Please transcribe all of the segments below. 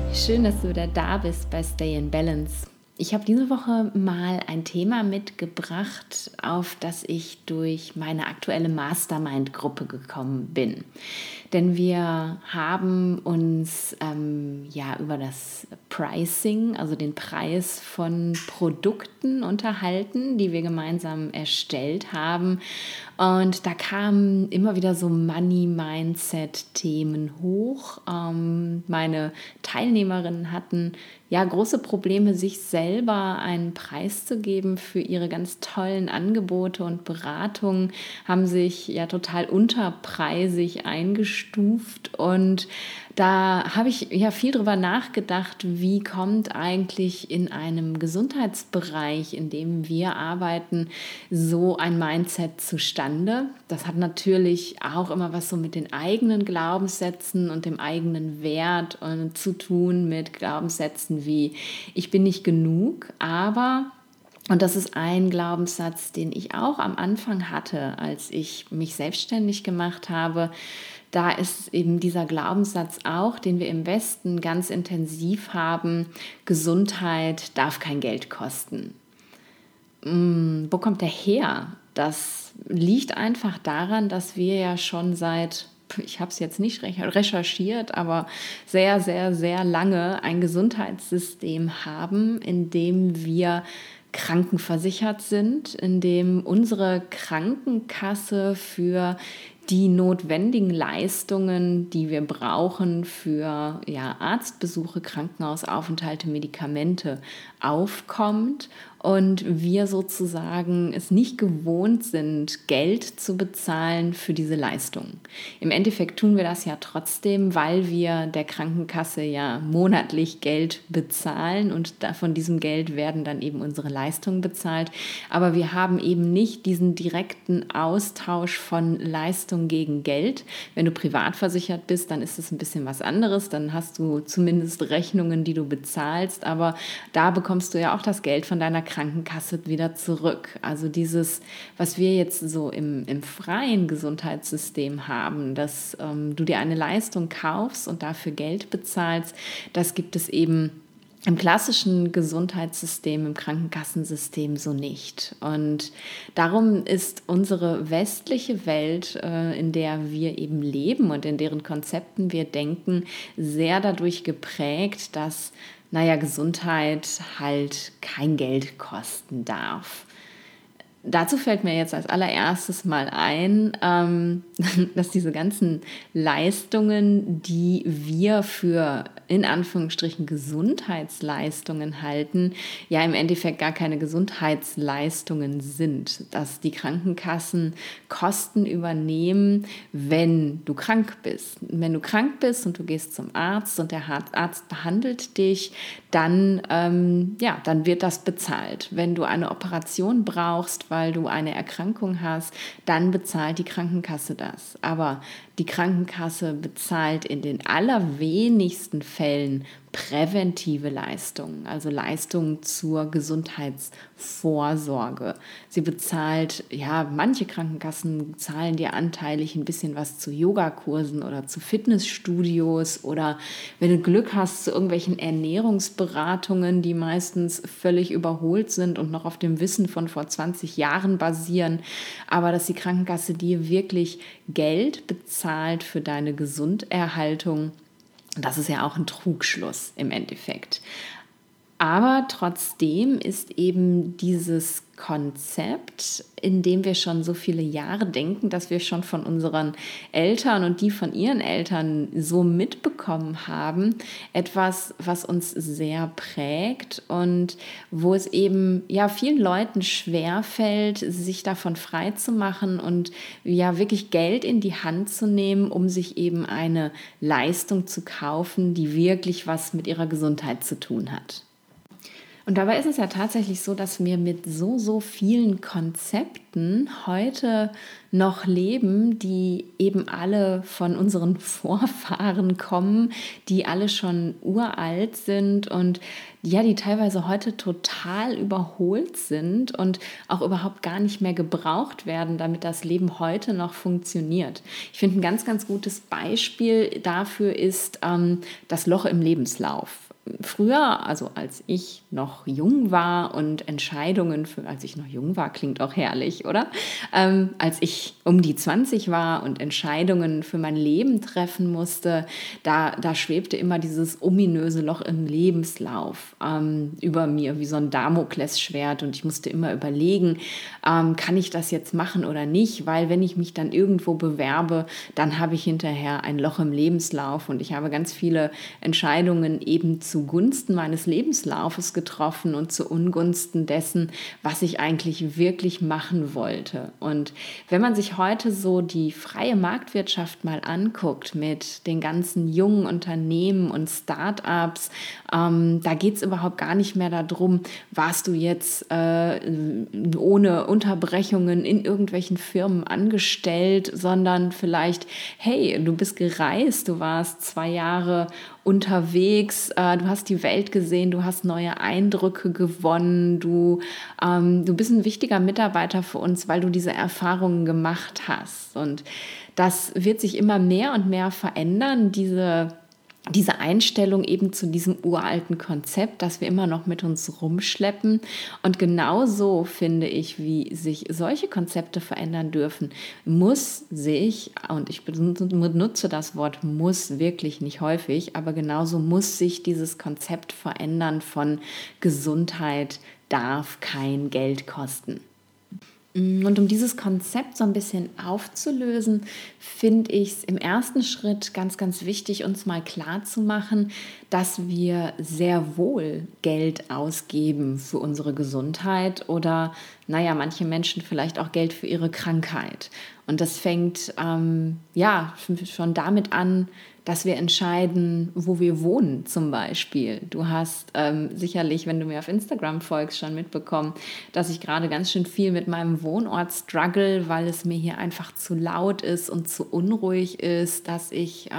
Schön, dass du wieder da bist bei Stay in Balance. Ich habe diese Woche mal ein Thema mitgebracht, auf das ich durch meine aktuelle Mastermind-Gruppe gekommen bin. Denn wir haben uns über das Pricing, also den Preis von Produkten unterhalten, die wir gemeinsam erstellt haben. Und da kamen immer wieder so Money-Mindset-Themen hoch. Meine Teilnehmerinnen hatten große Probleme, sich selber einen Preis zu geben für ihre ganz tollen Angebote und Beratungen, haben sich total unterpreisig eingestuft. Und da habe ich viel drüber nachgedacht, wie kommt eigentlich in einem Gesundheitsbereich, in dem wir arbeiten, so ein Mindset zustande. Das hat natürlich auch immer was so mit den eigenen Glaubenssätzen und dem eigenen Wert zu tun, mit Glaubenssätzen wie ich bin nicht genug, und das ist ein Glaubenssatz, den ich auch am Anfang hatte, als ich mich selbstständig gemacht habe. Da ist eben dieser Glaubenssatz auch, den wir im Westen ganz intensiv haben: Gesundheit darf kein Geld kosten. Wo kommt der her? Das liegt einfach daran, dass wir ja schon seit, ich habe es jetzt nicht recherchiert, aber sehr, sehr, sehr lange ein Gesundheitssystem haben, in dem wir krankenversichert sind, in dem unsere Krankenkasse für die notwendigen Leistungen, die wir brauchen für Arztbesuche, Krankenhausaufenthalte, Medikamente aufkommt und wir sozusagen es nicht gewohnt sind, Geld zu bezahlen für diese Leistungen. Im Endeffekt tun wir das ja trotzdem, weil wir der Krankenkasse monatlich Geld bezahlen und von diesem Geld werden dann eben unsere Leistungen bezahlt. Aber wir haben eben nicht diesen direkten Austausch von Leistung gegen Geld. Wenn du privat versichert bist, dann ist es ein bisschen was anderes. Dann hast du zumindest Rechnungen, die du bezahlst, aber da bekommst du ja auch das Geld von deiner Krankenkasse wieder zurück. Also dieses, was wir jetzt so im freien Gesundheitssystem haben, dass du dir eine Leistung kaufst und dafür Geld bezahlst, das gibt es eben im klassischen Gesundheitssystem, im Krankenkassensystem so nicht. Und darum ist unsere westliche Welt, in der wir eben leben und in deren Konzepten wir denken, sehr dadurch geprägt, dass Gesundheit halt kein Geld kosten darf. Dazu fällt mir jetzt als allererstes mal ein, dass diese ganzen Leistungen, die wir für in Anführungsstrichen Gesundheitsleistungen halten, ja im Endeffekt gar keine Gesundheitsleistungen sind. Dass die Krankenkassen Kosten übernehmen, wenn du krank bist. Wenn du krank bist und du gehst zum Arzt und der Arzt behandelt dich, dann wird das bezahlt. Wenn du eine Operation brauchst, weil du eine Erkrankung hast, dann bezahlt die Krankenkasse das. Aber die Krankenkasse bezahlt in den allerwenigsten Fällen präventive Leistungen, also Leistungen zur Gesundheitsvorsorge. Sie bezahlt, manche Krankenkassen zahlen dir anteilig ein bisschen was zu Yogakursen oder zu Fitnessstudios oder wenn du Glück hast, zu irgendwelchen Ernährungsberatungen, die meistens völlig überholt sind und noch auf dem Wissen von vor 20 Jahren basieren. Aber dass die Krankenkasse dir wirklich Geld bezahlt für deine Gesunderhaltung, das ist ja auch ein Trugschluss im Endeffekt. Aber trotzdem ist eben dieses Konzept, in dem wir schon so viele Jahre denken, dass wir schon von unseren Eltern und die von ihren Eltern so mitbekommen haben, etwas, was uns sehr prägt und wo es eben vielen Leuten schwerfällt, sich davon frei zu machen und wirklich Geld in die Hand zu nehmen, um sich eben eine Leistung zu kaufen, die wirklich was mit ihrer Gesundheit zu tun hat. Und dabei ist es ja tatsächlich so, dass wir mit so vielen Konzepten heute noch leben, die eben alle von unseren Vorfahren kommen, die alle schon uralt sind und ja, die teilweise heute total überholt sind und auch überhaupt gar nicht mehr gebraucht werden, damit das Leben heute noch funktioniert. Ich finde, ein ganz gutes Beispiel dafür ist das Loch im Lebenslauf. Früher, also als ich noch jung war und als ich noch jung war, klingt auch herrlich, oder? Als ich um die 20 war und Entscheidungen für mein Leben treffen musste, da schwebte immer dieses ominöse Loch im Lebenslauf über mir, wie so ein Damoklesschwert, und ich musste immer überlegen, kann ich das jetzt machen oder nicht, weil wenn ich mich dann irgendwo bewerbe, dann habe ich hinterher ein Loch im Lebenslauf und ich habe ganz viele Entscheidungen eben zugunsten meines Lebenslaufes getroffen und zu Ungunsten dessen, was ich eigentlich wirklich machen wollte. Und wenn man sich heute so die freie Marktwirtschaft mal anguckt mit den ganzen jungen Unternehmen und Start-ups, da geht es überhaupt gar nicht mehr darum, warst du jetzt ohne Unterbrechungen in irgendwelchen Firmen angestellt, sondern vielleicht, hey, du bist gereist, du warst 2 Jahre unterwegs, du hast die Welt gesehen, du hast neue Eindrücke gewonnen, du bist ein wichtiger Mitarbeiter für uns, weil du diese Erfahrungen gemacht hast. Und das wird sich immer mehr und mehr verändern, diese Einstellung eben zu diesem uralten Konzept, das wir immer noch mit uns rumschleppen. Und genauso finde ich, wie sich solche Konzepte verändern dürfen, muss sich, und ich benutze das Wort muss wirklich nicht häufig, aber genauso muss sich dieses Konzept verändern von Gesundheit darf kein Geld kosten. Und um dieses Konzept so ein bisschen aufzulösen, finde ich es im ersten Schritt ganz wichtig, uns mal klarzumachen, dass wir sehr wohl Geld ausgeben für unsere Gesundheit oder, manche Menschen vielleicht auch Geld für ihre Krankheit. Und das fängt schon damit an, dass wir entscheiden, wo wir wohnen zum Beispiel. Du hast sicherlich, wenn du mir auf Instagram folgst, schon mitbekommen, dass ich gerade ganz schön viel mit meinem Wohnort struggle, weil es mir hier einfach zu laut ist und zu unruhig ist, dass ich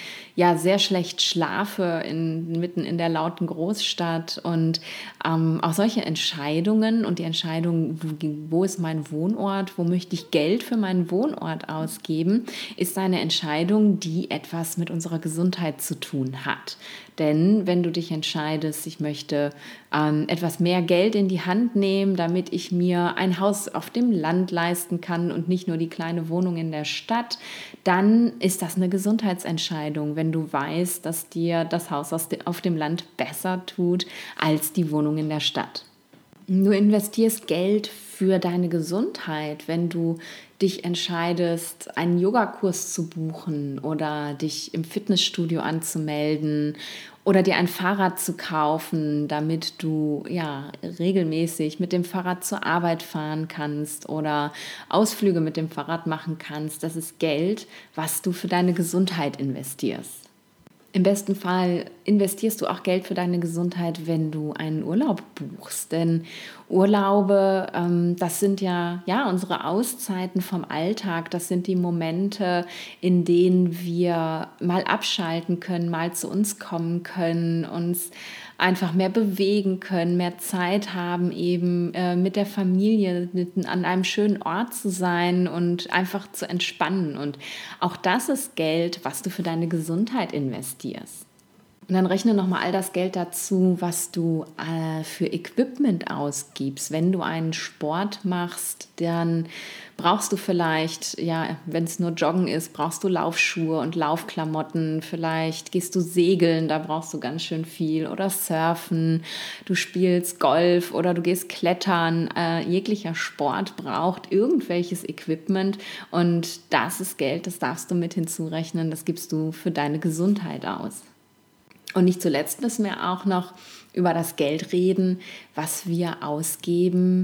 sehr schlecht schlafe mitten in der lauten Großstadt. Und auch solche Entscheidungen und die Entscheidung, wo ist mein Wohnort, wo möchte ich Geld für meinen Wohnort ausgeben, ist eine Entscheidung, die etwas mit unserer Gesundheit zu tun hat. Denn wenn du dich entscheidest, ich möchte etwas mehr Geld in die Hand nehmen, damit ich mir ein Haus auf dem Land leisten kann und nicht nur die kleine Wohnung in der Stadt, dann ist das eine Gesundheitsentscheidung, wenn du weißt, dass dir das Haus auf dem Land besser tut als die Wohnung in der Stadt. Du investierst Geld für deine Gesundheit, wenn du dich entscheidest, einen Yogakurs zu buchen oder dich im Fitnessstudio anzumelden oder dir ein Fahrrad zu kaufen, damit du regelmäßig mit dem Fahrrad zur Arbeit fahren kannst oder Ausflüge mit dem Fahrrad machen kannst. Das ist Geld, was du für deine Gesundheit investierst. Im besten Fall investierst du auch Geld für deine Gesundheit, wenn du einen Urlaub buchst. Denn Urlaube, das sind ja unsere Auszeiten vom Alltag. Das sind die Momente, in denen wir mal abschalten können, mal zu uns kommen können, uns einfach mehr bewegen können, mehr Zeit haben, eben mit der Familie an einem schönen Ort zu sein und einfach zu entspannen. Und auch das ist Geld, was du für deine Gesundheit investierst. Und dann rechne nochmal all das Geld dazu, was du für Equipment ausgibst. Wenn du einen Sport machst, dann brauchst du vielleicht, wenn es nur Joggen ist, brauchst du Laufschuhe und Laufklamotten. Vielleicht gehst du segeln, da brauchst du ganz schön viel. Oder surfen, du spielst Golf oder du gehst klettern. Jeglicher Sport braucht irgendwelches Equipment. Und das ist Geld, das darfst du mit hinzurechnen. Das gibst du für deine Gesundheit aus. Und nicht zuletzt müssen wir auch noch über das Geld reden, was wir ausgeben,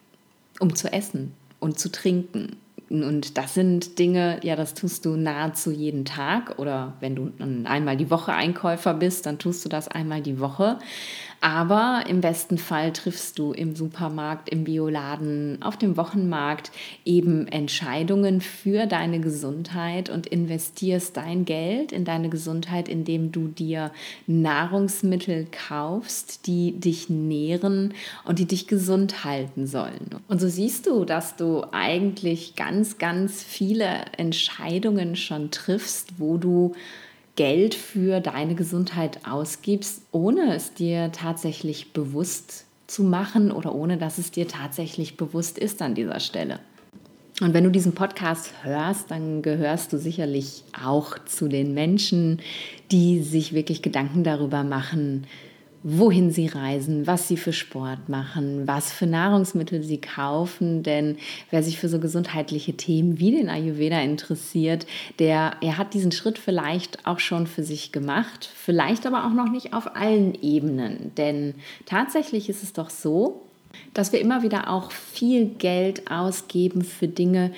um zu essen und zu trinken. Und das sind Dinge, das tust du nahezu jeden Tag. Oder wenn du einmal die Woche Einkäufer bist, dann tust du das einmal die Woche. Aber im besten Fall triffst du im Supermarkt, im Bioladen, auf dem Wochenmarkt eben Entscheidungen für deine Gesundheit und investierst dein Geld in deine Gesundheit, indem du dir Nahrungsmittel kaufst, die dich nähren und die dich gesund halten sollen. Und so siehst du, dass du eigentlich ganz, ganz viele Entscheidungen schon triffst, wo du Geld für deine Gesundheit ausgibst, ohne es dir tatsächlich bewusst zu machen oder ohne dass es dir tatsächlich bewusst ist an dieser Stelle. Und wenn du diesen Podcast hörst, dann gehörst du sicherlich auch zu den Menschen, die sich wirklich Gedanken darüber machen, wohin sie reisen, was sie für Sport machen, was für Nahrungsmittel sie kaufen. Denn wer sich für so gesundheitliche Themen wie den Ayurveda interessiert, er hat diesen Schritt vielleicht auch schon für sich gemacht, vielleicht aber auch noch nicht auf allen Ebenen. Denn tatsächlich ist es doch so, dass wir immer wieder auch viel Geld ausgeben für Dinge,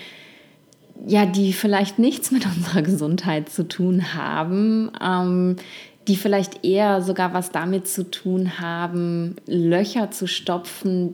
ja, die vielleicht nichts mit unserer Gesundheit zu tun haben, die vielleicht eher sogar was damit zu tun haben, Löcher zu stopfen,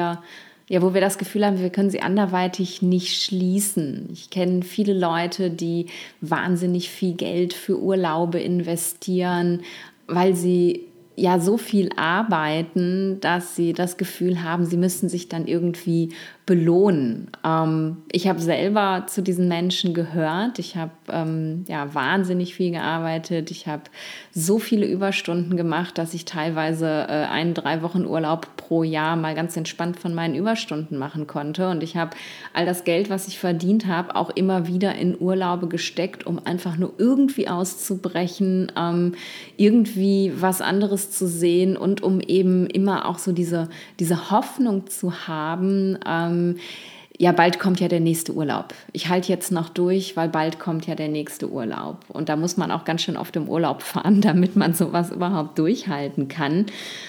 wo wir das Gefühl haben, wir können sie anderweitig nicht schließen. Ich kenne viele Leute, die wahnsinnig viel Geld für Urlaube investieren, weil sie ja so viel arbeiten, dass sie das Gefühl haben, sie müssen sich dann irgendwie belohnen. Ich habe selber zu diesen Menschen gehört. Ich habe wahnsinnig viel gearbeitet. Ich habe so viele Überstunden gemacht, dass ich teilweise 3 Wochen Urlaub pro Jahr mal ganz entspannt von meinen Überstunden machen konnte. Und ich habe all das Geld, was ich verdient habe, auch immer wieder in Urlaube gesteckt, um einfach nur irgendwie auszubrechen, irgendwie was anderes zu sehen und um eben immer auch so diese Hoffnung zu haben, bald kommt ja der nächste Urlaub. Ich halte jetzt noch durch, weil bald kommt ja der nächste Urlaub. Und da muss man auch ganz schön oft im Urlaub fahren, damit man sowas überhaupt durchhalten kann.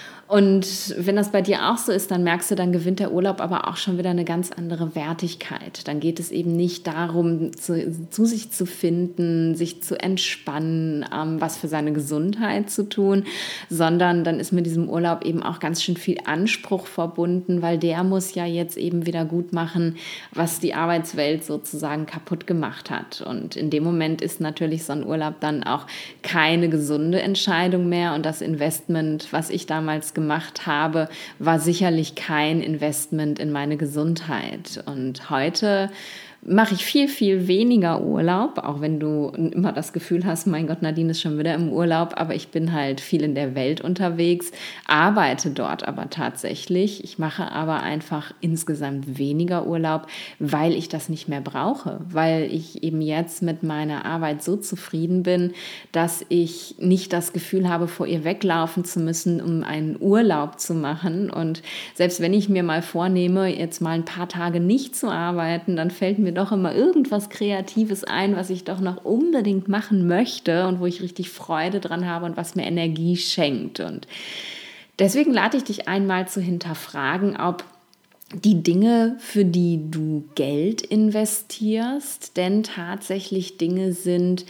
Und wenn das bei dir auch so ist, dann merkst du, dann gewinnt der Urlaub aber auch schon wieder eine ganz andere Wertigkeit. Dann geht es eben nicht darum, zu sich zu finden, sich zu entspannen, was für seine Gesundheit zu tun, sondern dann ist mit diesem Urlaub eben auch ganz schön viel Anspruch verbunden, weil der muss ja jetzt eben wieder gut machen, was die Arbeitswelt sozusagen kaputt gemacht hat. Und in dem Moment ist natürlich so ein Urlaub dann auch keine gesunde Entscheidung mehr. Und das Investment, was ich damals gemacht habe, war sicherlich kein Investment in meine Gesundheit. Und heute mache ich viel, viel weniger Urlaub, auch wenn du immer das Gefühl hast, mein Gott, Nadine ist schon wieder im Urlaub, aber ich bin halt viel in der Welt unterwegs, arbeite dort aber tatsächlich. Ich mache aber einfach insgesamt weniger Urlaub, weil ich das nicht mehr brauche, weil ich eben jetzt mit meiner Arbeit so zufrieden bin, dass ich nicht das Gefühl habe, vor ihr weglaufen zu müssen, um einen Urlaub zu machen. Und selbst wenn ich mir mal vornehme, jetzt mal ein paar Tage nicht zu arbeiten, dann fällt mir doch immer irgendwas Kreatives ein, was ich doch noch unbedingt machen möchte und wo ich richtig Freude dran habe und was mir Energie schenkt. Und deswegen lade ich dich einmal zu hinterfragen, ob die Dinge, für die du Geld investierst, denn tatsächlich Dinge sind,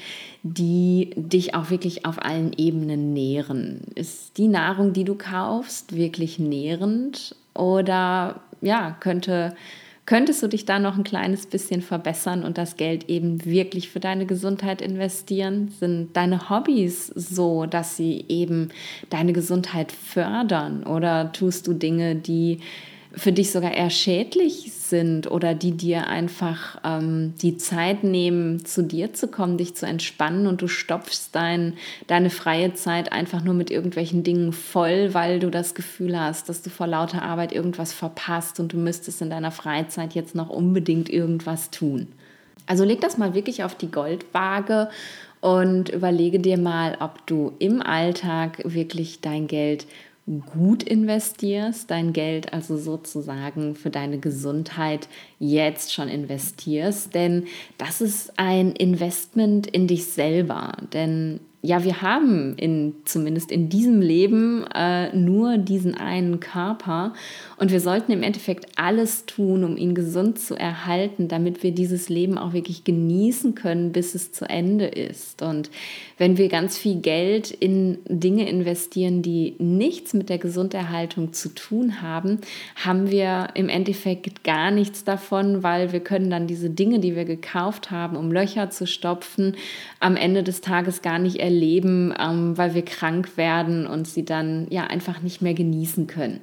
die dich auch wirklich auf allen Ebenen nähren. Ist die Nahrung, die du kaufst, wirklich nährend oder könntest du dich da noch ein kleines bisschen verbessern und das Geld eben wirklich für deine Gesundheit investieren? Sind deine Hobbys so, dass sie eben deine Gesundheit fördern? Oder tust du Dinge, die für dich sogar eher schädlich sind oder die dir einfach die Zeit nehmen, zu dir zu kommen, dich zu entspannen und du stopfst deine freie Zeit einfach nur mit irgendwelchen Dingen voll, weil du das Gefühl hast, dass du vor lauter Arbeit irgendwas verpasst und du müsstest in deiner Freizeit jetzt noch unbedingt irgendwas tun. Also leg das mal wirklich auf die Goldwaage und überlege dir mal, ob du im Alltag wirklich dein Geld gut investierst, dein Geld also sozusagen für deine Gesundheit jetzt schon investierst, denn das ist ein Investment in dich selber, denn ja, wir haben zumindest in diesem Leben nur diesen einen Körper und wir sollten im Endeffekt alles tun, um ihn gesund zu erhalten, damit wir dieses Leben auch wirklich genießen können, bis es zu Ende ist. Und wenn wir ganz viel Geld in Dinge investieren, die nichts mit der Gesunderhaltung zu tun haben, haben wir im Endeffekt gar nichts davon, weil wir können dann diese Dinge, die wir gekauft haben, um Löcher zu stopfen, am Ende des Tages gar nicht erleben, weil wir krank werden und sie dann ja einfach nicht mehr genießen können.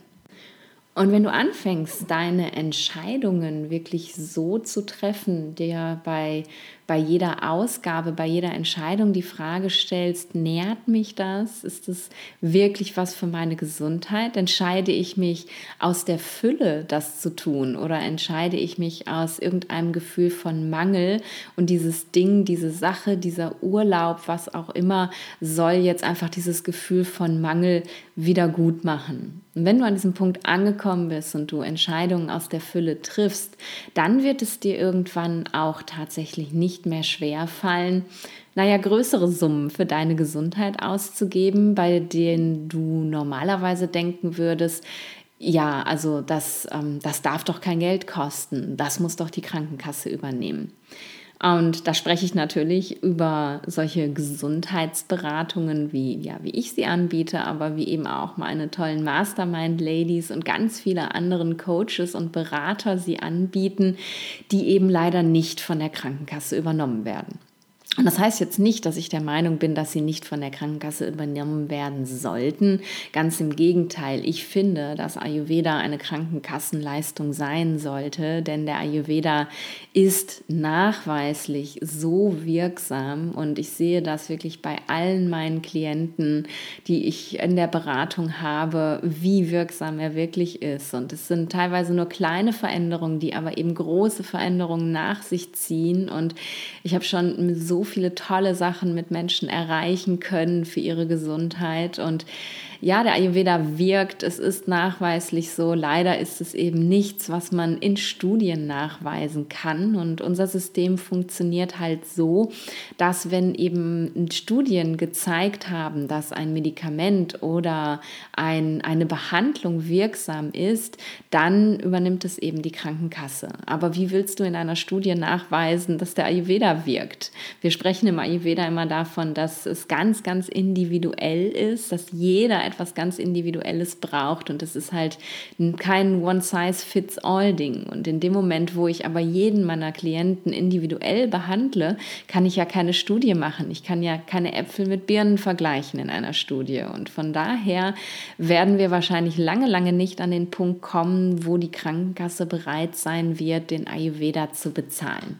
Und wenn du anfängst, deine Entscheidungen wirklich so zu treffen, dir bei jeder Ausgabe, bei jeder Entscheidung die Frage stellst, nährt mich das? Ist es wirklich was für meine Gesundheit? Entscheide ich mich aus der Fülle, das zu tun? Oder entscheide ich mich aus irgendeinem Gefühl von Mangel und dieses Ding, diese Sache, dieser Urlaub, was auch immer, soll jetzt einfach dieses Gefühl von Mangel wieder gut machen? Und wenn du an diesem Punkt angekommen bist und du Entscheidungen aus der Fülle triffst, dann wird es dir irgendwann auch tatsächlich nicht mehr schwer fallen, größere Summen für deine Gesundheit auszugeben, bei denen du normalerweise denken würdest, ja, also das darf doch kein Geld kosten, das muss doch die Krankenkasse übernehmen. Und da spreche ich natürlich über solche Gesundheitsberatungen, wie ich sie anbiete, aber wie eben auch meine tollen Mastermind-Ladies und ganz viele anderen Coaches und Berater sie anbieten, die eben leider nicht von der Krankenkasse übernommen werden. Und das heißt jetzt nicht, dass ich der Meinung bin, dass sie nicht von der Krankenkasse übernommen werden sollten. Ganz im Gegenteil. Ich finde, dass Ayurveda eine Krankenkassenleistung sein sollte, denn der Ayurveda ist nachweislich so wirksam und ich sehe das wirklich bei allen meinen Klienten, die ich in der Beratung habe, wie wirksam er wirklich ist. Und es sind teilweise nur kleine Veränderungen, die aber eben große Veränderungen nach sich ziehen. Und ich habe schon so viele tolle Sachen mit Menschen erreichen können für ihre Gesundheit. Und ja, der Ayurveda wirkt, es ist nachweislich so. Leider ist es eben nichts, was man in Studien nachweisen kann. Und unser System funktioniert halt so, dass wenn eben Studien gezeigt haben, dass ein Medikament oder eine Behandlung wirksam ist, dann übernimmt es eben die Krankenkasse. Aber wie willst du in einer Studie nachweisen, dass der Ayurveda wirkt? Wir sprechen im Ayurveda immer davon, dass es ganz, ganz individuell ist, dass jeder etwas ganz Individuelles braucht und es ist halt kein One-Size-Fits-All-Ding. Und in dem Moment, wo ich aber jeden meiner Klienten individuell behandle, kann ich ja keine Studie machen. Ich kann ja keine Äpfel mit Birnen vergleichen in einer Studie. Und von daher werden wir wahrscheinlich lange, lange nicht an den Punkt kommen, wo die Krankenkasse bereit sein wird, den Ayurveda zu bezahlen.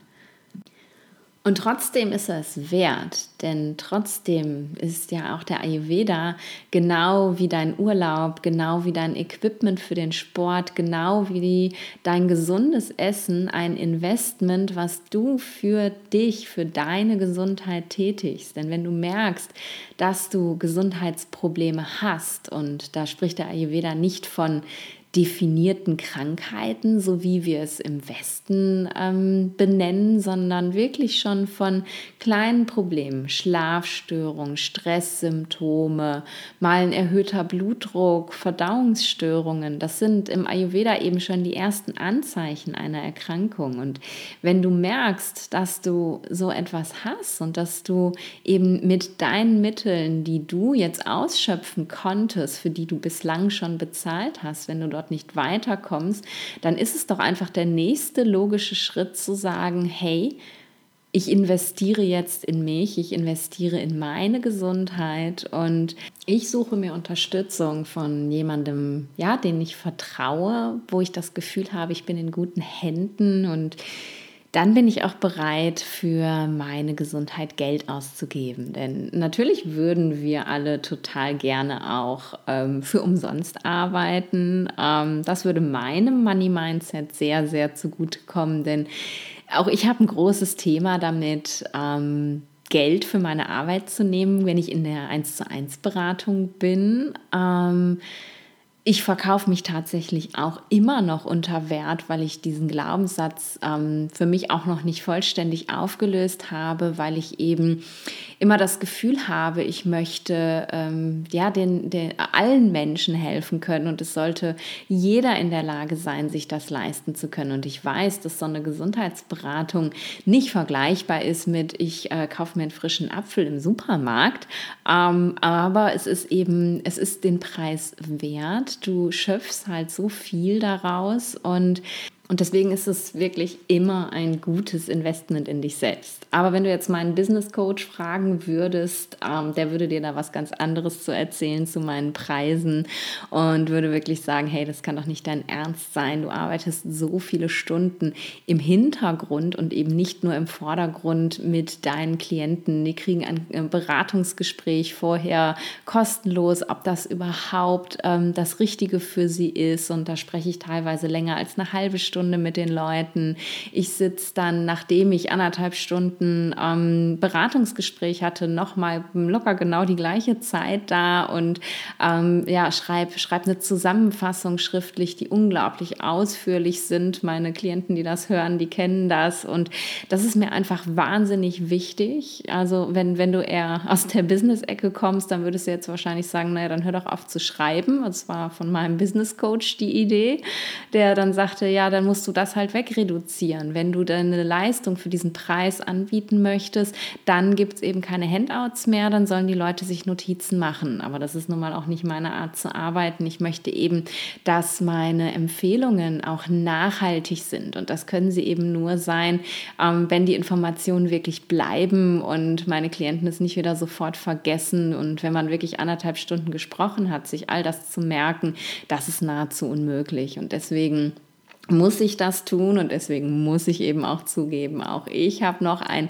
Und trotzdem ist er es wert, denn trotzdem ist ja auch der Ayurveda genau wie dein Urlaub, genau wie dein Equipment für den Sport, genau wie dein gesundes Essen ein Investment, was du für dich, für deine Gesundheit tätigst. Denn wenn du merkst, dass du Gesundheitsprobleme hast, und da spricht der Ayurveda nicht von definierten Krankheiten, so wie wir es im Westen benennen, sondern wirklich schon von kleinen Problemen, Schlafstörungen, Stresssymptome, mal ein erhöhter Blutdruck, Verdauungsstörungen. Das sind im Ayurveda eben schon die ersten Anzeichen einer Erkrankung. Und wenn du merkst, dass du so etwas hast und dass du eben mit deinen Mitteln, die du jetzt ausschöpfen konntest, für die du bislang schon bezahlt hast, wenn du dort nicht weiterkommst, dann ist es doch einfach der nächste logische Schritt zu sagen, hey, ich investiere jetzt in mich, ich investiere in meine Gesundheit und ich suche mir Unterstützung von jemandem, ja, den ich vertraue, wo ich das Gefühl habe, ich bin in guten Händen und dann bin ich auch bereit, für meine Gesundheit Geld auszugeben. Denn natürlich würden wir alle total gerne auch für umsonst arbeiten. Das würde meinem Money-Mindset sehr, sehr zugutekommen, denn auch ich habe ein großes Thema damit, Geld für meine Arbeit zu nehmen, wenn ich in der 1:1 Beratung bin. Ich verkaufe mich tatsächlich auch immer noch unter Wert, weil ich diesen Glaubenssatz für mich auch noch nicht vollständig aufgelöst habe, weil ich eben immer das Gefühl habe, ich möchte allen Menschen helfen können und es sollte jeder in der Lage sein, sich das leisten zu können. Und ich weiß, dass so eine Gesundheitsberatung nicht vergleichbar ist mit, ich kaufe mir einen frischen Apfel im Supermarkt, aber es ist den Preis wert. Du schöpfst halt so viel daraus und deswegen ist es wirklich immer ein gutes Investment in dich selbst. Aber wenn du jetzt meinen Business Coach fragen würdest, der würde dir da was ganz anderes zu erzählen zu meinen Preisen und würde wirklich sagen, hey, das kann doch nicht dein Ernst sein. Du arbeitest so viele Stunden im Hintergrund und eben nicht nur im Vordergrund mit deinen Klienten. Die kriegen ein Beratungsgespräch vorher kostenlos, ob das überhaupt das Richtige für sie ist. Und da spreche ich teilweise länger als eine halbe Stunde mit den Leuten. Ich sitze dann, nachdem ich 1,5 Stunden Beratungsgespräch hatte, nochmal locker genau die gleiche Zeit da und schreib eine Zusammenfassung schriftlich, die unglaublich ausführlich sind. Meine Klienten, die das hören, die kennen das und das ist mir einfach wahnsinnig wichtig. Also wenn du eher aus der Business-Ecke kommst, dann würdest du jetzt wahrscheinlich sagen, naja, dann hör doch auf zu schreiben. Das war von meinem Business Coach die Idee, der dann sagte, ja, dann musst du das halt wegreduzieren. Wenn du deine Leistung für diesen Preis anbieten möchtest, dann gibt es eben keine Handouts mehr, dann sollen die Leute sich Notizen machen. Aber das ist nun mal auch nicht meine Art zu arbeiten. Ich möchte eben, dass meine Empfehlungen auch nachhaltig sind. Und das können sie eben nur sein, wenn die Informationen wirklich bleiben und meine Klienten es nicht wieder sofort vergessen. Und wenn man wirklich 1,5 Stunden gesprochen hat, sich all das zu merken, das ist nahezu unmöglich. Und deswegen muss ich das tun und deswegen muss ich eben auch zugeben, auch ich habe noch ein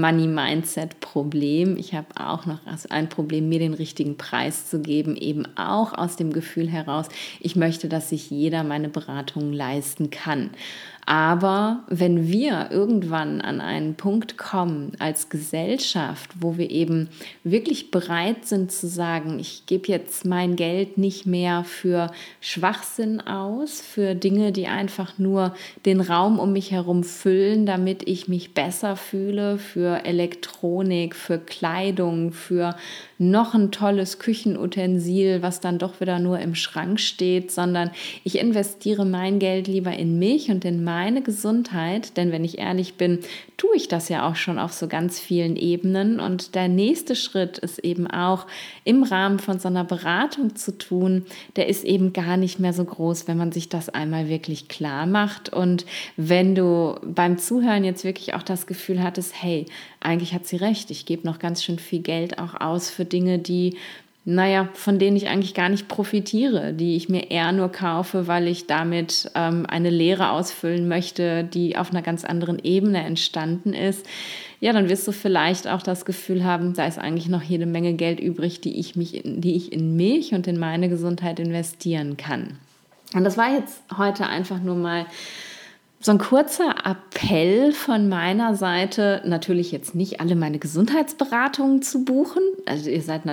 Money-Mindset-Problem. Ich habe auch noch ein Problem, mir den richtigen Preis zu geben, eben auch aus dem Gefühl heraus, ich möchte, dass sich jeder meine Beratung leisten kann. Aber wenn wir irgendwann an einen Punkt kommen als Gesellschaft, wo wir eben wirklich bereit sind zu sagen, ich gebe jetzt mein Geld nicht mehr für Schwachsinn aus, für Dinge, die einfach nur den Raum um mich herum füllen, damit ich mich besser fühle, für Elektronik, für Kleidung, für noch ein tolles Küchenutensil, was dann doch wieder nur im Schrank steht, sondern ich investiere mein Geld lieber in mich und in meine Gesundheit, denn wenn ich ehrlich bin, tue ich das ja auch schon auf so ganz vielen Ebenen und der nächste Schritt ist eben auch im Rahmen von so einer Beratung zu tun, der ist eben gar nicht mehr so groß, wenn man sich das einmal wirklich klar macht und wenn du beim Zuhören jetzt wirklich auch das Gefühl hattest, hey, eigentlich hat sie recht, ich gebe noch ganz schön viel Geld auch aus für Dinge, die von denen ich eigentlich gar nicht profitiere, die ich mir eher nur kaufe, weil ich damit eine Leere ausfüllen möchte, die auf einer ganz anderen Ebene entstanden ist. Ja, dann wirst du vielleicht auch das Gefühl haben, da ist eigentlich noch jede Menge Geld übrig, die ich in mich und in meine Gesundheit investieren kann. Und das war jetzt heute einfach nur mal so ein kurzer Appell von meiner Seite, natürlich jetzt nicht alle meine Gesundheitsberatungen zu buchen. Also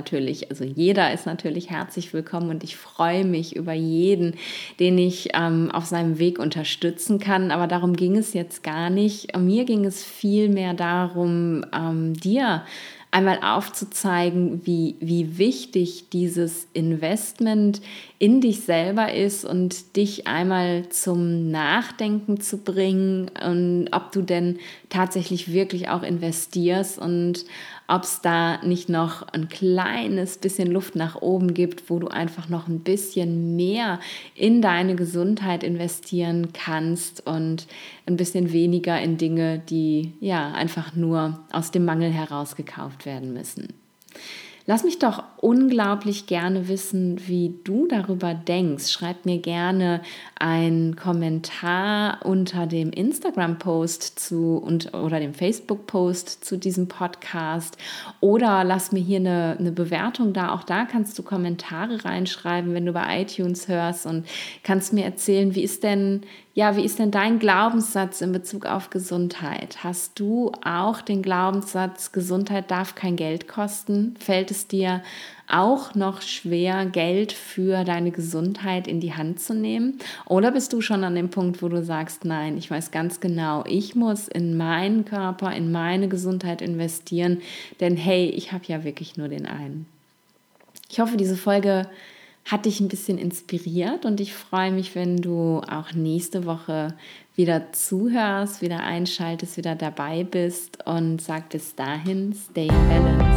jeder ist natürlich herzlich willkommen und ich freue mich über jeden, den ich auf seinem Weg unterstützen kann. Aber darum ging es jetzt gar nicht. Mir ging es vielmehr darum, dir einmal aufzuzeigen, wie wichtig dieses Investment in dich selber ist und dich einmal zum Nachdenken zu bringen und ob du denn tatsächlich wirklich auch investierst und ob es da nicht noch ein kleines bisschen Luft nach oben gibt, wo du einfach noch ein bisschen mehr in deine Gesundheit investieren kannst und ein bisschen weniger in Dinge, die ja einfach nur aus dem Mangel heraus gekauft werden müssen. Lass mich doch unglaublich gerne wissen, wie du darüber denkst. Schreib mir gerne einen Kommentar unter dem Instagram-Post oder dem Facebook-Post zu diesem Podcast oder lass mir hier eine Bewertung da. Auch da kannst du Kommentare reinschreiben, wenn du bei iTunes hörst und kannst mir erzählen, wie ist denn Ja, wie ist denn dein Glaubenssatz in Bezug auf Gesundheit? Hast du auch den Glaubenssatz, Gesundheit darf kein Geld kosten? Fällt es dir auch noch schwer, Geld für deine Gesundheit in die Hand zu nehmen? Oder bist du schon an dem Punkt, wo du sagst, nein, ich weiß ganz genau, ich muss in meinen Körper, in meine Gesundheit investieren, denn hey, ich habe ja wirklich nur den einen. Ich hoffe, diese Folge hat dich ein bisschen inspiriert und ich freue mich, wenn du auch nächste Woche wieder zuhörst, wieder einschaltest, wieder dabei bist und sag bis dahin, stay in balance.